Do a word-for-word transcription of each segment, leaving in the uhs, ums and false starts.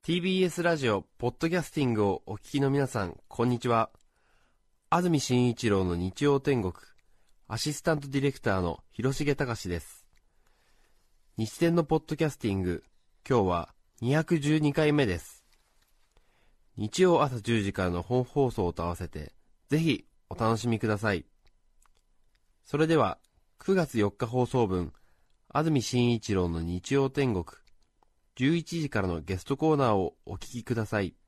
ティービーエス ラジオポッドキャスティングをお聞きの皆さん、こんにちは。安住紳一郎の日曜天国、アシスタントディレクターの広重隆です。日天のポッドキャスティング、今日はにひゃくじゅうにかいめです。日曜朝じゅうじからの本放送と合わせて、ぜひお楽しみください。それではくがつよっか放送分、安住紳一郎の日曜天国、じゅういちじからのゲストコーナーをお聞きください。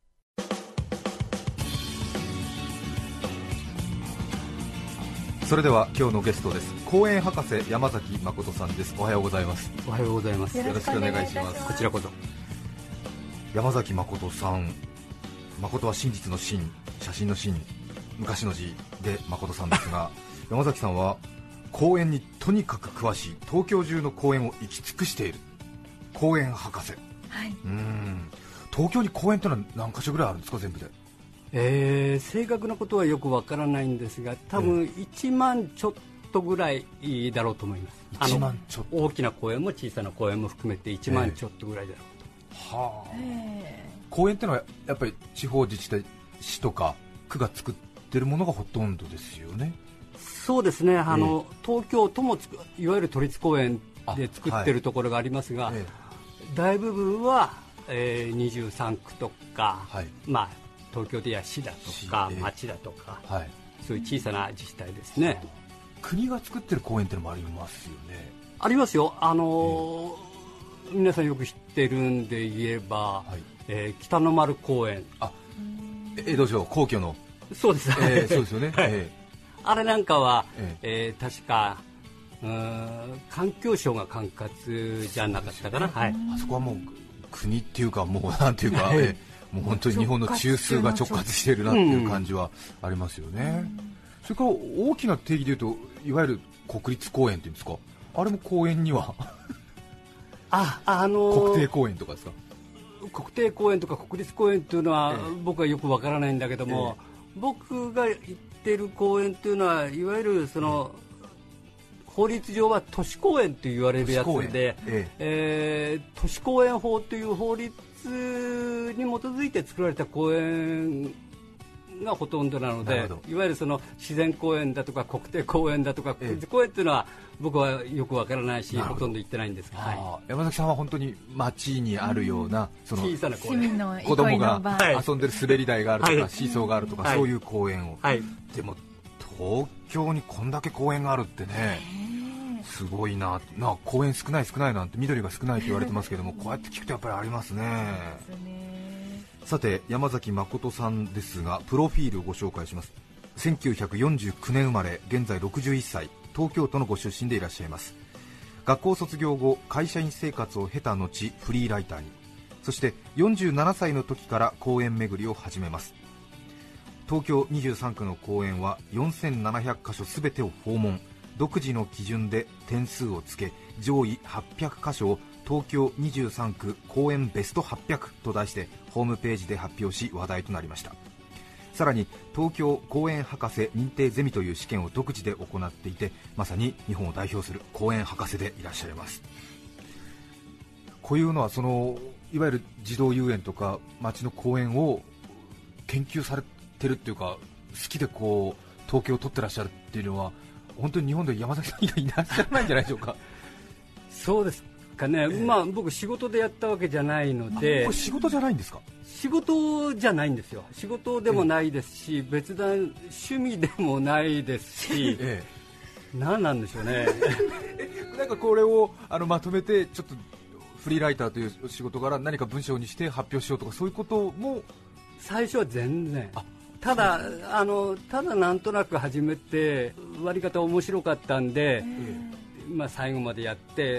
それでは今日のゲストです。公園博士山崎誠さんです。おはようございます。 おはようございます。 よろしくお願いします。 こちらこそ。 山崎誠さん、誠は真実の真、写真の真、昔の字で誠さんですが山崎さんは公園にとにかく詳しい、東京中の公園を行き尽くしている公園博士、 はい、 うーん東京に公園というのは何か所ぐらいあるんですか、全部で。 えー、正確なことはよくわからないんですが、多分いちまんちょっとぐらいだろうと思います。 いちまんちょっと。 大きな公園も小さな公園も含めていちまんちょっとぐらいだろうと。 はあ、公園ってのはやっぱり地方自治体、市とか区が作ってるものがほとんどですよね。 そうですね、あの、えー、東京都もつくいわゆる都立公園で作ってるところがありますが、はい、えー、大部分は、えー、にじゅうさんくとか、はい、まあ、東京では市だとか、えー、町だとか、はい、そういう小さな自治体ですね。 国が作ってる公園ってのもありますよね。 ありますよ、あのーえー、皆さんよく知ってるんで言えば、はい、えー、北の丸公園、 あ、江戸城皇居の、 そうです、 えー、そうですよね、はい、えー、あれなんかは、えーえー、確かうーん環境省が管轄じゃなかったかな、ね、はい、 あそこはもう国っていうか、もうなんていうか、えー、もう本当に日本の中枢が直轄しているなっていう感じはありますよね。それから大きな定義でいうと、いわゆる国立公園っていうんですか、あれも公園にはあ、あのー、 国定公園とかですか。 国定公園とか国立公園というのは、えー、僕はよくわからないんだけども、えー、僕が行ってる公園というのは、いわゆるその、えー法律上は都市公園と言われるやつで、えええー、都市公園法という法律に基づいて作られた公園がほとんどなので、いわゆるその自然公園だとか国定公園だとか国立公園というのは僕はよくわからないし、ほとんど行ってないんですが、はい、 山崎さんは本当に街にあるような、その小さな公園、 子供が遊んでる滑り台があるとか、はい、シーソーがあるとか、はい、そういう公園を、はい、でも東京にこんだけ公園があるってね、すごいな。な公園少ない少ないなんて、緑が少ないと言われてますけどもこうやって聞くとやっぱりありますね。さて山崎誠さんですが、プロフィールをご紹介します。せんきゅうひゃくよんじゅうきゅうねん生まれ、現在ろくじゅういっさい、東京都のご出身でいらっしゃいます。学校卒業後、会社員生活を経た後フリーライターに、そしてよんじゅうななさいの時から公園巡りを始めます。東京にじゅうさんくの公園はよんせんななひゃくかしょすべてを訪問、独自の基準で点数をつけ、上位はっぴゃくかしょを東京にじゅうさんく公園ベストはっぴゃくと題してホームページで発表し話題となりました。さらに東京公園博士認定ゼミという試験を独自で行っていて、まさに日本を代表する公園博士でいらっしゃいます。こういうのはそのいわゆる児童遊園とか町の公園を研究されてるっていうか、好きでこう統計を取ってらっしゃるっていうのは、本当に日本で山崎さん以外いらっしゃらないんじゃないでしょうか。 そうですかね、えーまあ、僕仕事でやったわけじゃないので。 これ仕事じゃないんですか。 仕事じゃないんですよ。仕事でもないですし、えー、別段趣味でもないですし、えー、何なんでしょうねなんかこれをあのまとめてちょっとフリーライターという仕事から何か文章にして発表しようとか、そういうことも。 最初は全然、ただあのただなんとなく始めて、割り方面白かったんで、まあ、最後までやって、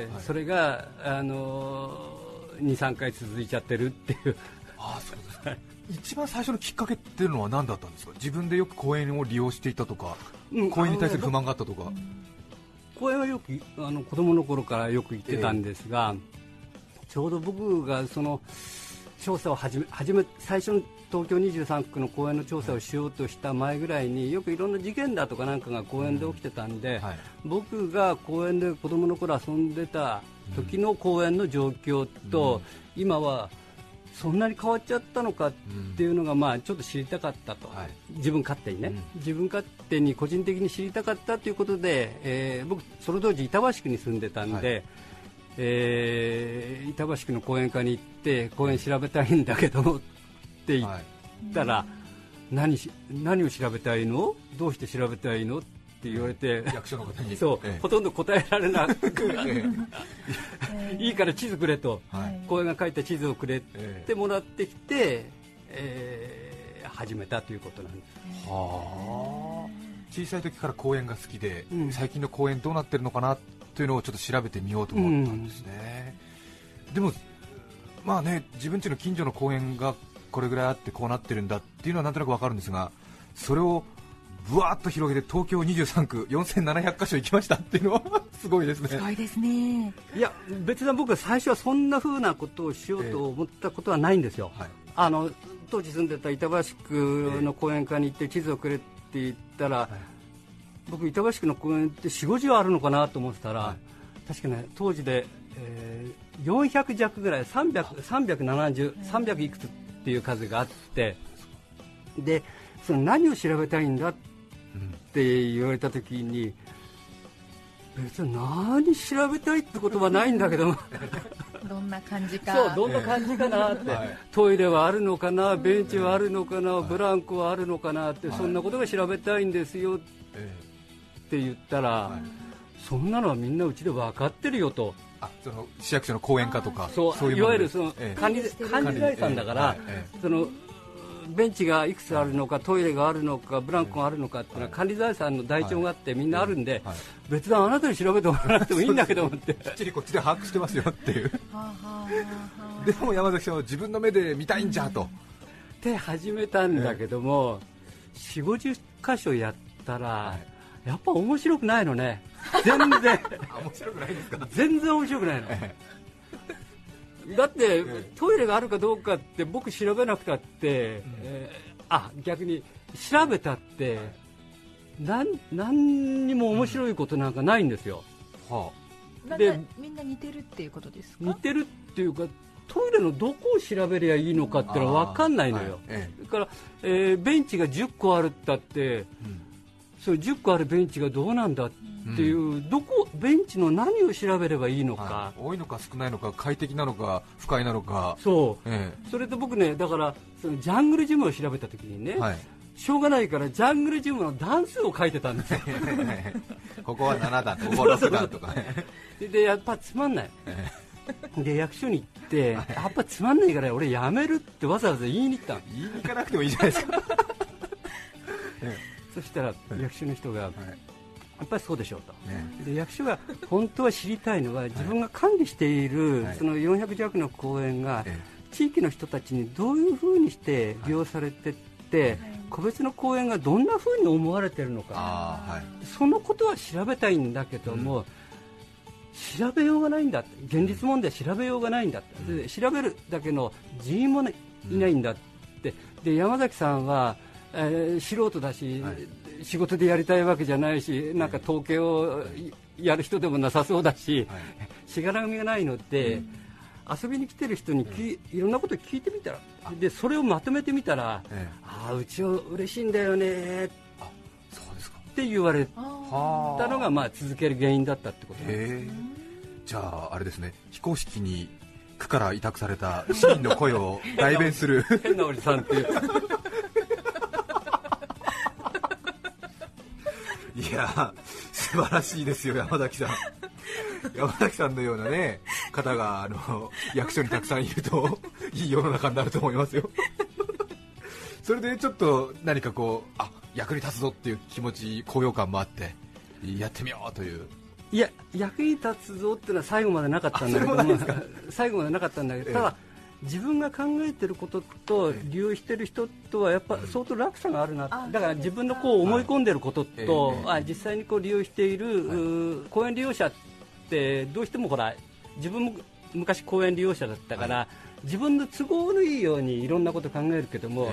はい、それがあのにさんかい続いちゃってるっていう。 ああ、そうですか一番最初のきっかけっていうのは何だったんですか。自分でよく公園を利用していたとか、うん、公園に対する不満があったとか。 公園はよくあの子供の頃からよく行ってたんですが、えー、ちょうど僕がその調査を始め、始め最初の東京にじゅうさんくの公園の調査をしようとした前ぐらいに、よくいろんな事件だとかなんかが公園で起きてたんで、うんはい、僕が公園で子供の頃遊んでた時の公園の状況と、うん、今はそんなに変わっちゃったのかっていうのが、まあちょっと知りたかったと、はい、自分勝手にね、うん、自分勝手に個人的に知りたかったということで、えー、僕その当時板橋区に住んでたんで、はい、えー、板橋区の講演会に行って講演調べたいんだけどって言ったら、はい、何し、何を調べたいの、どうして調べたいのって言われて、 役所の方にそう、ええ、ほとんど答えられなくいいから地図くれと、はい、講演が書いた地図をくれってもらってきて、えー、始めたということなんです。 はあ、小さい時から講演が好きで、うん、最近の講演どうなってるのかなというのをちょっと調べてみようと思ったんですね、うん、でもまあね、自分家の近所の公園がこれぐらいあってこうなってるんだっていうのはなんとなく分かるんですが、それをぶわーっと広げて東京にじゅうさんくよんせんななひゃくかしょ行きましたっていうのはすごいですね。 すごいですね。 いや別に僕は最初はそんな風なことをしようと思ったことはないんですよ、えーはい、あの当時住んでた板橋区の講演会に行って地図をくれって言ったら、えー、僕板橋区の公園って よんじゅうごじゅうあるのかなと思ってたら、はい、確かね当時で、えー、よんひゃくじゃくぐらい、さんびゃく、さんびゃくななじゅう、さんびゃくいくつっていう数があって、でその何を調べたいんだって言われたときに、別に何調べたいってことはないんだけどもどんな感じか、 そうどんな感じかなって、はい、トイレはあるのかな、ベンチはあるのかな、ブランコはあるのかなって、はい、そんなことが調べたいんですよって言ったら、はい、そんなのはみんなうちで分かってるよと。 あ、その市役所の講演課とか、 そう、そういういわゆるその管理、ええ、管理財産だから、ええ、そのベンチがいくつあるのか、トイレがあるのか、ブランコがあるのかっていうのは管理財産の台帳があってみんなあるんで、別にあなたに調べてもらわなくてもいいんだけどもってきっちりこっちで把握してますよっていうでも山崎さんは自分の目で見たいんじゃとで始めたんだけども、よんじゅうごじゅっかしょやったらやっぱ面白くないのね。全然面白くないですか。 全然面白くないのだって、ええ、トイレがあるかどうかって僕調べなくたって、うん、えー、あ逆に調べたってなん何にも面白いことなんかないんですよ、 うん、はあ、でみんな似てるっていうことですか。 似てるっていうかトイレのどこを調べりゃいいのかってのは分かんないのよ、はい、ええ、だから、えー、ベンチがじゅっこあるったって、うん、それじゅっこあるベンチがどうなんだっていう、うん、どこベンチの何を調べればいいのか、はい、 多いのか少ないのか、快適なのか不快なのか、 そう、ええ、それと僕ね、だからそのジャングルジムを調べたときにね、はい、しょうがないからジャングルジムの段数を書いてたんですよここはななだんとこころくだんとかでやっぱつまんないで役所に行って、はい、やっぱつまんないから俺やめるってわざわざ言いに行ったの。 言いに行かなくてもいいじゃないですかそしたら役所の人が、はい、やっぱりそうでしょうと、ね、で役所が本当は知りたいのは、自分が管理している、はい、そのよんひゃくじゃくの公園が、はい、地域の人たちにどういうふうにして利用されてって、はい、個別の公園がどんなふうに思われているのか、はい、そのことは調べたいんだけども、うん、調べようがないんだ、現実問題調べようがないんだ、うん、で調べるだけの人員も、ね、いないんだって、で山崎さんは、えー、素人だし、はい、仕事でやりたいわけじゃないし、なんか統計をやる人でもなさそうだし、はい、しがらみがないので、うん、遊びに来てる人にき、うん、いろんなこと聞いてみたら、でそれをまとめてみたら、ええ、ああうちは嬉しいんだよね、あそうですかって言われたのが、まあ、続ける原因だったってことなんです。 じゃああれですね、非公式に区から委託された市民の声を代弁する変なおじさんっていういや素晴らしいですよ山崎さん山崎さんのような、ね、方があの役所にたくさんいるといい世の中になると思いますよそれでちょっと何かこうあ役に立つぞっていう気持ち、高揚感もあってやってみようという。 いや役に立つぞっていうのは最後までなかったんだけども最後までなかったんだけど、ええ、ただ自分が考えてることと利用してる人とはやっぱ相当落差があるな、うん、だから自分のこう思い込んでることと、はい、実際にこう利用している、はい、公園利用者ってどうしてもほら自分も昔公園利用者だったから、はい、自分の都合のいいようにいろんなこと考えるけども、はい、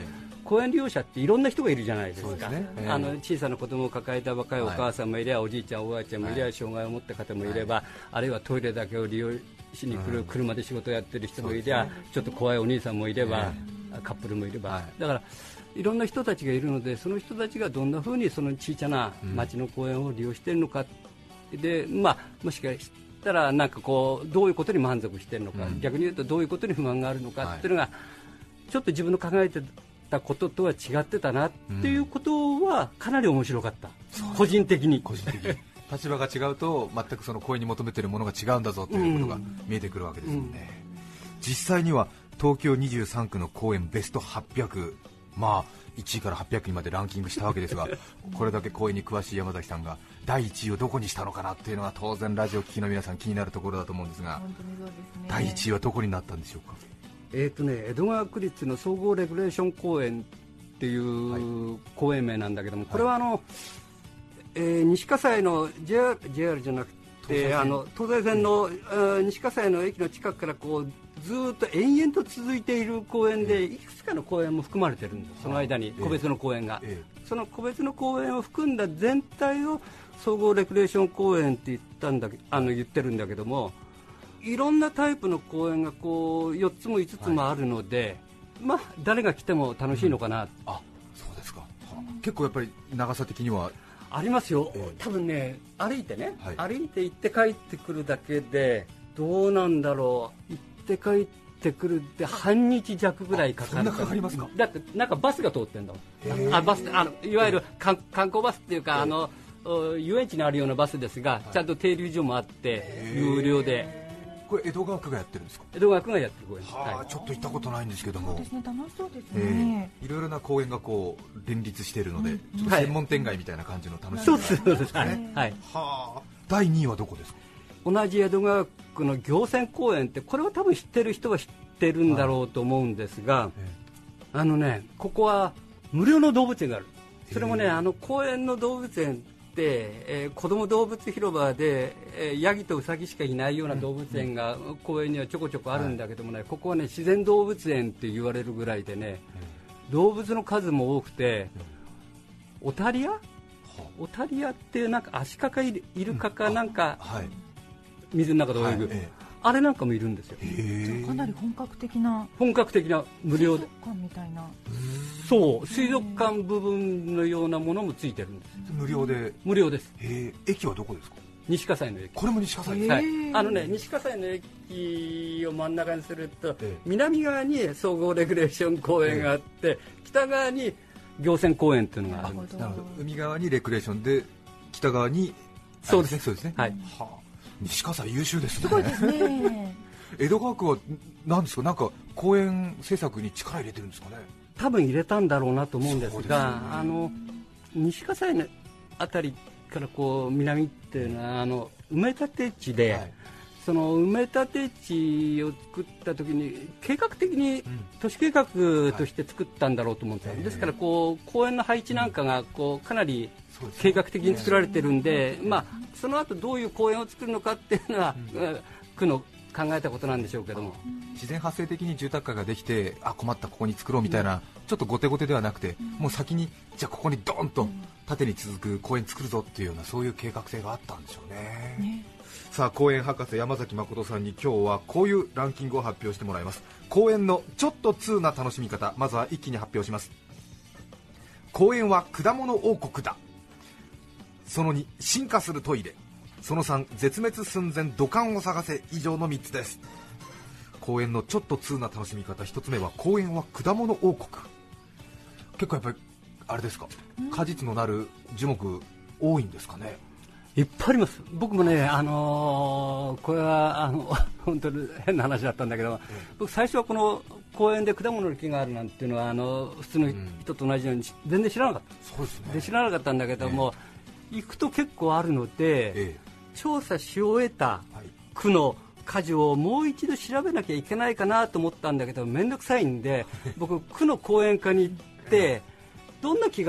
公園利用者っていろんな人がいるじゃないですか。 そうですね、えー、 あの小さな子供を抱えた若いお母さんもいれば、はい、おじいちゃんおばあちゃんもいれば、はい、障害を持った方もいれば、はい、あるいはトイレだけを利用しに来る、うん、車で仕事をやってる人もいれば、ね、ちょっと怖いお兄さんもいれば、えー、カップルもいれば、はい、だからいろんな人たちがいるので、その人たちがどんな風にその小さな町の公園を利用しているのか、うん、で、まあ、もしかしたらなんかこうどういうことに満足しているのか、うん、逆に言うとどういうことに不満があるのかっていうのが、はい、ちょっと自分の考えてたこととは違ってたなっていうことはかなり面白かった、うん、個人的に。 個人的に立場が違うと全くその公園に求めているものが違うんだぞということが見えてくるわけですよね、うん、実際には東京にじゅうさんくの公園ベストはっぴゃく、まあいちいからはっぴゃくいまでランキングしたわけですがこれだけ公園に詳しい山崎さんがだいいちいをどこにしたのかなっていうのは当然ラジオ聴きの皆さん気になるところだと思うんですが、本当にそうですね、だいいちいはどこになったんでしょうか。 えーとね、江戸川区立の総合レクレーション公園っていう公園名なんだけども、これはあの、はい、えー、西葛西の ジェイアール, ジェイアール じゃなくてあの東西線の、うん、西葛西の駅の近くからこうずっと延々と続いている公園で、いくつかの公園も含まれてるんです。その間に個別の公園が、ええ、その個別の公園を含んだ全体を総合レクレーション公園って言ったんだあの言ってるんだけども、いろんなタイプの公園がこうよっつもいつつもあるので、はい、まあ誰が来ても楽しいのかな、うん、 あ、そうですか。結構やっぱり長さ的にはありますよ、えー、多分ね、歩いてね、はい、歩いて行って帰ってくるだけでどうなんだろう、行って帰ってくるって半日弱ぐらいかかる。 そんなかかりますか。 だってなんかバスが通ってんだもん。あ、バス、あのいわゆる観光バスっていうか、あの遊園地にあるようなバスですが、ちゃんと停留所もあって有料で。 これ江戸川区がやってるんですか。 江戸川区がやってる公園です。 はあ、はい、ちょっと行ったことないんですけども。 そうですね、楽しそうですね、 えー、いろいろな公園がこう連立しているので、うん、ちょっと専門店街みたいな感じの楽しみが、 そうですそうです、はい、はい、 はあ。だいにいはどこですか。 同じ江戸川区の行船公園って、これは多分知ってる人は知ってるんだろうと思うんですが、はい、あのね、ここは無料の動物園がある。それもね、あの公園の動物園で、えー、子ども動物広場で、えー、ヤギとウサギしかいないような動物園が公園にはちょこちょこあるんだけどもね、はい、ここはね自然動物園って言われるぐらいでね、うん、動物の数も多くて、うん、オタリア、オタリアっていうなんかアシカかイルカかなんか、うん、はい、水の中で泳ぐ、はい、ええ、あれなんかもいるんですよ。 じゃあかなり本格的な本格的な無料で水族館みたいな、 そう、水族館部分のようなものもついてるんです。 無料で。 無料です。 へえ。駅はどこですか。 西葛西の駅。 これも西葛西です、 はい、あのね、西葛西の駅を真ん中にすると、南側に総合レクレーション公園があって、北側に行船公園っていうのがあるんです。 なるほど。海側にレクレーションで、北側に、 そうですね、 そうですね、はい、はあ、西葛西優秀ですね。 すごいですね江戸川区は何ですか、なんか公園政策に力入れてるんですかね。 多分入れたんだろうなと思うんですが、ね、あの西葛西のあたりからこう南っていうのはあの埋め立て地で、はい、その埋め立て地を作った時に計画的に都市計画として作ったんだろうと思うんですよ、はい、ですからこう公園の配置なんかがこうかなり計画的に作られてるんで、まあ、その後どういう公園を作るのかっていうのは、うん、区の考えたことなんでしょうけども、 自然発生的に住宅街ができて、あ、困った、ここに作ろうみたいな、うん、ちょっと後手後手ではなくて、うん、もう先にじゃあここにドーンと縦に続く公園作るぞっていうような、そういう計画性があったんでしょうね。ね、さあ、公園博士山崎誠さんに今日はこういうランキングを発表してもらいます。公園のちょっと通な楽しみ方、まずは一気に発表します。公園は果物王国だ。そのに、進化するトイレ。そのさん、絶滅寸前土管を探せ。以上のみっつです。公園のちょっと通な楽しみ方、ひとつめは公園は果物王国。結構やっぱりあれですか、果実のなる樹木多いんですかね。 いっぱいあります。僕もね、あのー、これはあの本当に変な話だったんだけど、ええ、僕最初はこの公園で果物の木があるなんていうのはあの普通の人と同じように全然知らなかった、 そうですね、 で知らなかったんだけども、ええ、行くと結構あるので、ええ、調査し終えた区の果樹をもう一度調べなきゃいけないかなと思ったんだけど、面倒くさいんで僕区の公園課に行ってどんな木が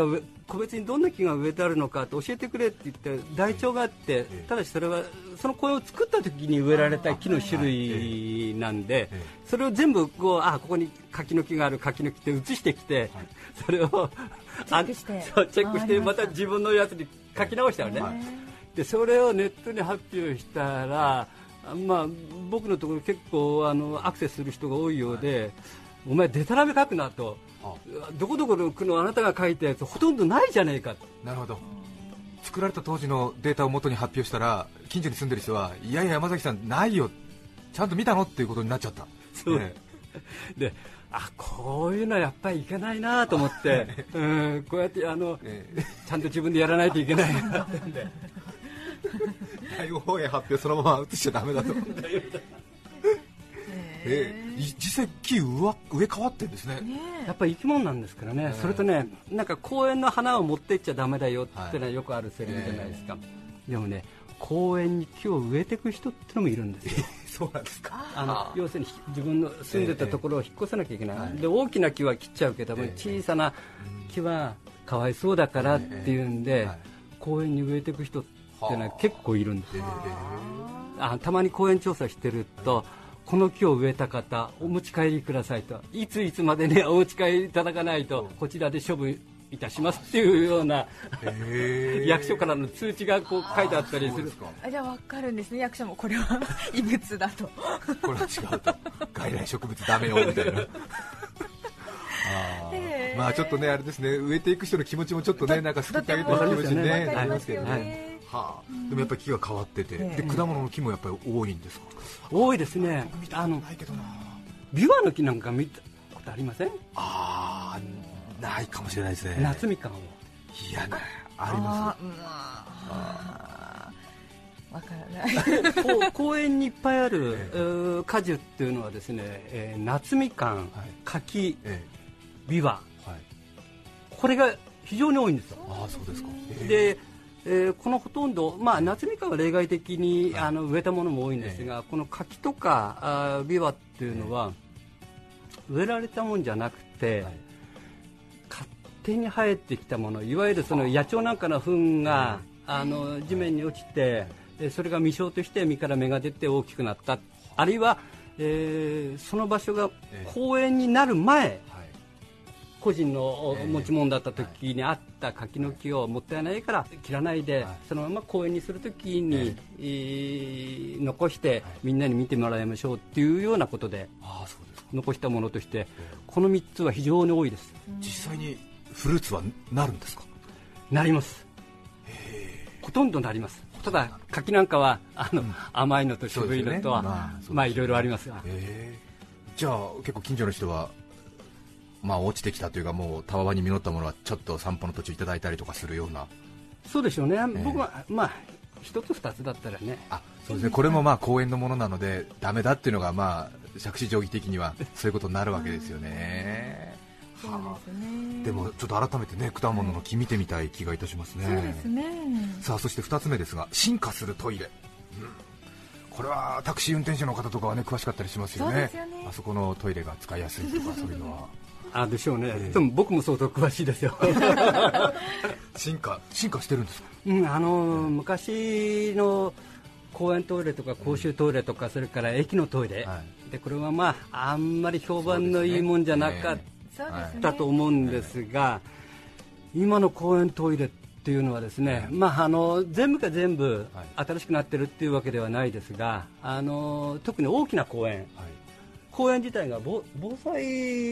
個別にどんな木が植えてあるのかと教えてくれって言って台帳があって、ただしそれはその公園を作った時に植えられた木の種類なんで、それを全部こう、あ、ここに柿の木がある、柿の木って写してきて、それをチェックして、 そうチェックしてまた自分のやつに書き直したのね。でそれをネットに発表したら、まあ、僕のところ結構あのアクセスする人が多いようで、お前デタラメ書くなと、どこどこの区のあなたが書いたやつほとんどないじゃねえか。 なるほど。作られた当時のデータを元に発表したら、近所に住んでる人は、いやいや山崎さんないよ、ちゃんと見たのっていうことになっちゃった。 そう、ね、で、あ、こういうのはやっぱりいけないなと思って、うん、こうやってあの、ええ、ちゃんと自分でやらないといけないなってんで大応援発表そのまま写しちゃダメだとえー、実際木植え変わってるんですね。 やっぱり生き物なんですからね。それとね、なんか公園の花を持っていっちゃダメだよってのはよくあるセリフじゃないですか、でもね、公園に木を植えていく人ってのもいるんですよそうなんですか。 あの要するに自分の住んでたところを引っ越さなきゃいけない、で大きな木は切っちゃうけども、小さな木はかわいそうだからっていうんで、公園に植えていく人っていうのは結構いるんですよ。あ、たまに公園調査してると、この木を植えた方お持ち帰りくださいと、いついつまでにお持ち帰りいただかないとこちらで処分いたしますっていうような役所からの通知がこう書いてあったりする。 あ、じゃあ分かるんですね、役所もこれは異物だとこれは違うと、外来植物ダメよみたいなあ、まあちょっとね、あれですね、植えていく人の気持ちもちょっとね、なんか救ってあげてる気持ちに、ね、なりますけどね。はあ、でもやっぱり木が変わってて、で果物の木もやっぱり多いんですか。 多いですね。あのビワの木なんか見たことありません？ ああ、ないかもしれないですね。 夏みかんを。 いやね、あります。 ああ、わからない公園にいっぱいある、えー、果樹っていうのはですね、えー、夏みかん、はい、柿、えー、ビワ、はい、これが非常に多いんですよ。 ああ、そうですか。えー、 でえー、このほとんど、まあ、夏みかんは例外的に、はい、あの植えたものも多いんですが、えー、この柿とかあビワっていうのは、えー、植えられたもんじゃなくて、はい、勝手に生えてきたもの、いわゆるその野鳥なんかの糞が、えー、あの地面に落ちて、えー、それが実生として実から芽が出て大きくなった、あるいは、えー、その場所が公園になる前、えー個人の持ち物だった時にあった柿の木をもったいないから切らないで、そのまま公園にする時に、えー、残してみんなに見てもらいましょうっていうようなことで残したものとしてこのみっつは非常に多いです。 実際にフルーツはなるんですか？ なります。ほとんどなります。ただ柿なんかはあの、うん、甘いのと渋いのとは、ね、まあ、まあいろいろありますが、 じゃあ結構近所の人はまあ、落ちてきたというか、もうたわわに実ったものはちょっと散歩の途中いただいたりとかするような。 そうでしょうね、えー、僕はまあ一つ二つだったらね。 あ、そうですね、これもまあ公園のものなのでダメだっていうのが、まあ杓子定規的にはそういうことになるわけですよね。 そうですね。 でもちょっと改めてね、果物の木見てみたい気がいたしますね。 そうですね。 さあ、そしてふたつめですが、進化するトイレ、うん、これはタクシー運転手の方とかはね詳しかったりしますよね。 そうですよね。 あそこのトイレが使いやすいとかそういうのはあでしょうね、えー、でも僕も相当詳しいですよ進化進化してるんですか？ うん、あのー、昔の公園トイレとか公衆トイレとか、それから駅のトイレ、はい、でこれはまああんまり評判のいいもんじゃなかったと思うんですが、今の公園トイレっていうのはですね、まあ、あの全部が全部新しくなってるっていうわけではないですが、あの特に大きな公園、はい、公園自体が防災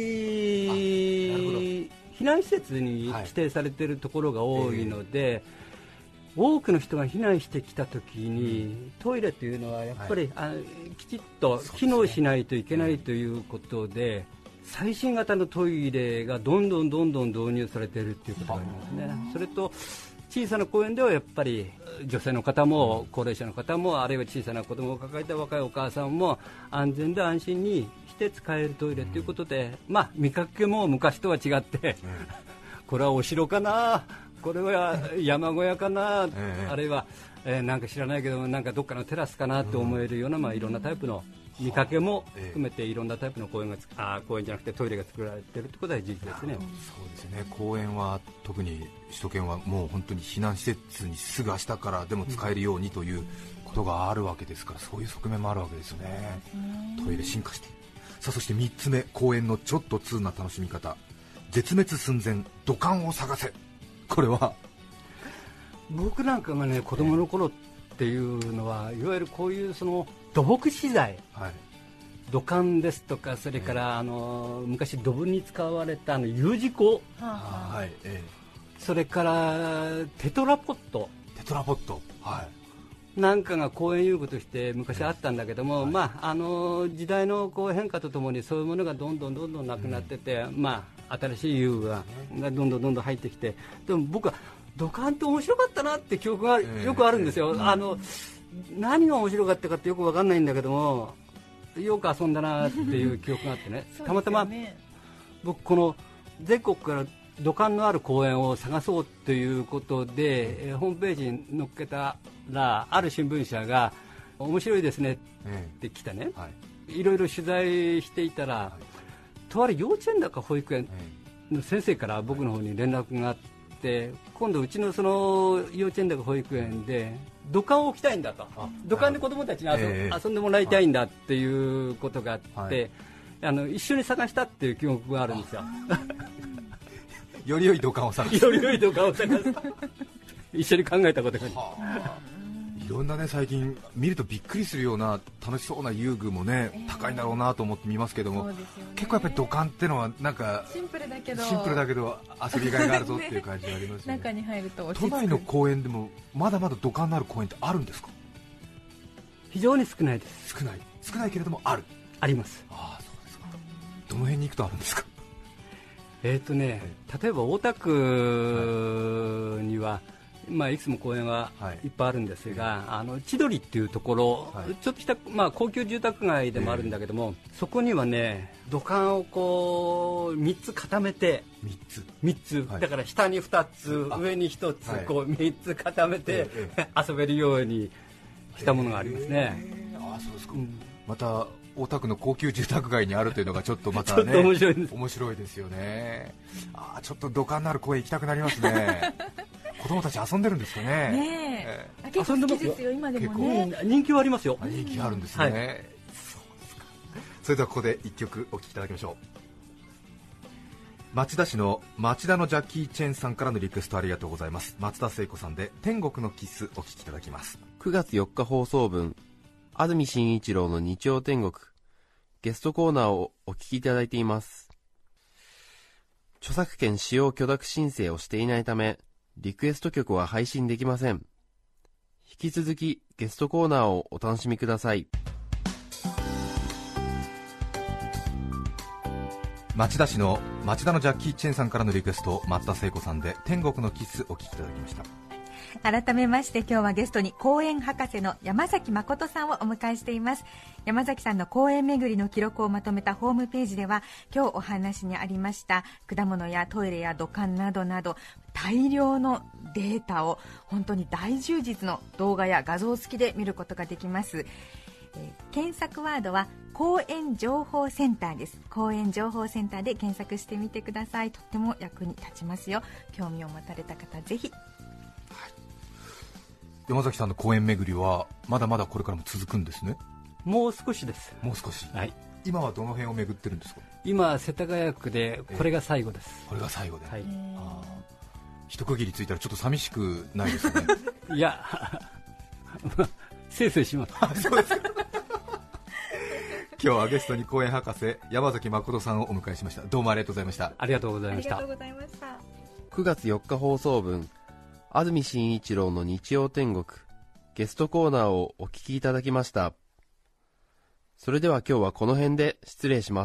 避難施設に指定されているところが多いので、はい、えー、多くの人が避難してきたときに、うん、トイレというのはやっぱり、はい、あきちっと機能しないといけないということで、最新型のトイレがどんどんどんどん導入されているということがありますね。それと小さな公園ではやっぱり女性の方も高齢者の方も、あるいは小さな子供を抱えた若いお母さんも安全で安心にして使えるトイレということで、まあ、見かけも昔とは違ってこれはお城かな、これは山小屋かな、あるいは、えー、なんか知らないけどなんかどっかのテラスかなと思えるような、まあ、いろんなタイプの見かけも含めていろんなタイプの公園があ公園じゃなくてトイレが作られているということは事実ですね。 そうですね、公園は特に首都圏はもう本当に避難施設にすぐ明日からでも使えるようにということがあるわけですから、そういう側面もあるわけですよね。トイレ進化している。さあそしてみっつめ、公園のちょっと通な楽しみ方、絶滅寸前土管を探せ。これは僕なんかがね子供の頃っていうのは、いわゆるこういうその土木資材、はい、土管ですとか、それから、えー、あの昔土分に使われたあの U 字工、はいえー、それからテトラポットテトラポット、はい、 なんかが公園遊具として昔あったんだけども、えーはい、まあ、あの時代のこう変化とともにそういうものがどんどんどんどんなくなってて、うん、まあ、新しい遊具がどんどんどんどん入ってきて、でも僕は土管って面白かったなって記憶がよくあるんですよ、えーえー、あの何が面白かったかってよく分かんないんだけども、よく遊んだなっていう記憶があってねたまたま僕この全国から土管のある公園を探そうということで、えー、ホームページに載っけたらある新聞社が面白いですねって来たね、はい、いろいろ取材していたら、はい、とある幼稚園だか保育園の先生から僕の方に連絡があって、今度うちのその幼稚園だか保育園で土管を置きたいんだと、土管で子どもたちに 遊,、えー、遊んでもらいたいんだっていうことがあって、はい、あの一緒に探したっていう記憶があるんですよ。 より良い土管を探すより良い土管を探す一緒に考えたことがいろんなね、最近見るとびっくりするような楽しそうな遊具もね、えー、高いんだろうなと思って見ますけども、ね、結構やっぱり土管ってのはなんかシンプルだけどシンプルだけど遊びがいがあるぞっていう感じがありますよね。 中に入ると落ち着く。 都内の公園でもまだまだ土管のある公園ってあるんですか？ 非常に少ないです。 少ない少ないけれどもある。 あります。 ああ、そうですか。どの辺に行くとあるんですか？ えーとね、例えば大田区には、まあ、いくつも公園はいっぱいあるんですが、はい、あの千鳥っていうところ、はい、ちょっとした、まあ、高級住宅街でもあるんだけども、えー、そこにはね土管をこうみっつ固めてみっつ、 みっつ、はい、だから下にふたつ上にひとつ、はい、こうみっつ固めて、えー、遊べるようにしたものがありますね。 えー、あ、そうですか、うん、また大田区の高級住宅街にあるというのがちょっとまたねちょっと面白いです。 面白いですよね。あ、ちょっと土管のある公園行きたくなりますね。子供たち遊んでるんですかね。 ねえ、えー、結構好きですよ今でもね。 人気はありますよ。 人気あるんですね、はい、そうですか。それではここでいっきょくお聴きいただきましょう。町田市の町田のジャッキー・チェンさんからのリクエストありがとうございます。松田聖子さんで天国のキスお聴きいただきます。 くがつよっか放送分、安住紳一郎の日曜天国ゲストコーナーをお聞きいただいています。著作権使用許諾申請をしていないためリクエスト曲は配信できません。引き続きゲストコーナーをお楽しみください。 町田市の町田のジャッキー・チェンさんからのリクエスト、松田聖子さんで天国のキスお聴きいただきました。 改めまして今日はゲストに公園博士の山崎誠さんをお迎えしています。山崎さんの公園巡りの記録をまとめたホームページでは、今日お話にありました果物やトイレや土管などなど大量のデータを本当に大充実の動画や画像付きで見ることができます。えー、検索ワードは公園情報センターです。公園情報センターで検索してみてください。とっても役に立ちますよ。興味を持たれた方ぜひ。 山崎さんの公園巡りはまだまだこれからも続くんですね。 もう少しです。 もう少し、 はい、 今はどの辺を巡ってるんですか？ 今世田谷区でこれが最後です。 えー、これが最後で、 はい、 あ、一区切りついたらちょっと寂しくないですね。 いやせいせいします。 そうですか。今日はゲストに公園博士山崎誠さんをお迎えしました。どうもありがとうございました。 ありがとうございました。 くがつよっか放送分、安住紳一郎の日曜天国ゲストコーナーをお聞きいただきました。それでは今日はこの辺で失礼します。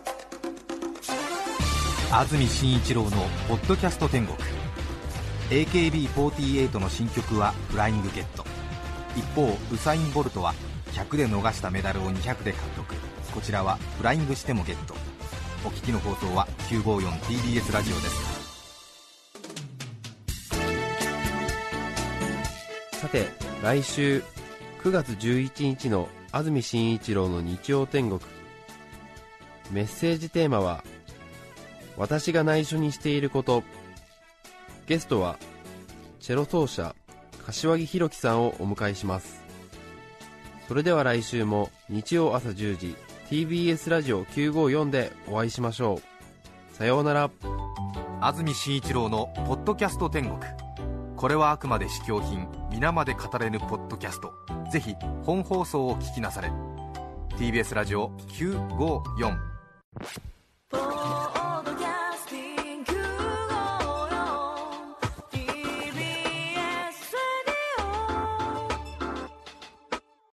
安住紳一郎のポッドキャスト天国。 エーケービーフォーティーエイト の新曲はフライングゲット。一方ウサイン・ボルトはひゃくで逃したメダルをにひゃくで獲得。こちらはフライングしてもゲット。お聞きの放送は きゅうごよんティービーエス ラジオです。 さて来週くがつじゅういちにちの安住紳一郎の日曜天国。メッセージテーマは私が内緒にしていること。ゲストはチェロ奏者柏木弘樹さんをお迎えします。それでは来週も日曜朝じゅうじ ティービーエス ラジオきゅうごよんでお会いしましょう。さようなら。 安住紳一郎のポッドキャスト天国。これはあくまで試供品、皆まで語れぬポッドキャスト。ぜひ本放送を聞きなされ。 ティービーエス ラジオきゅうごよん。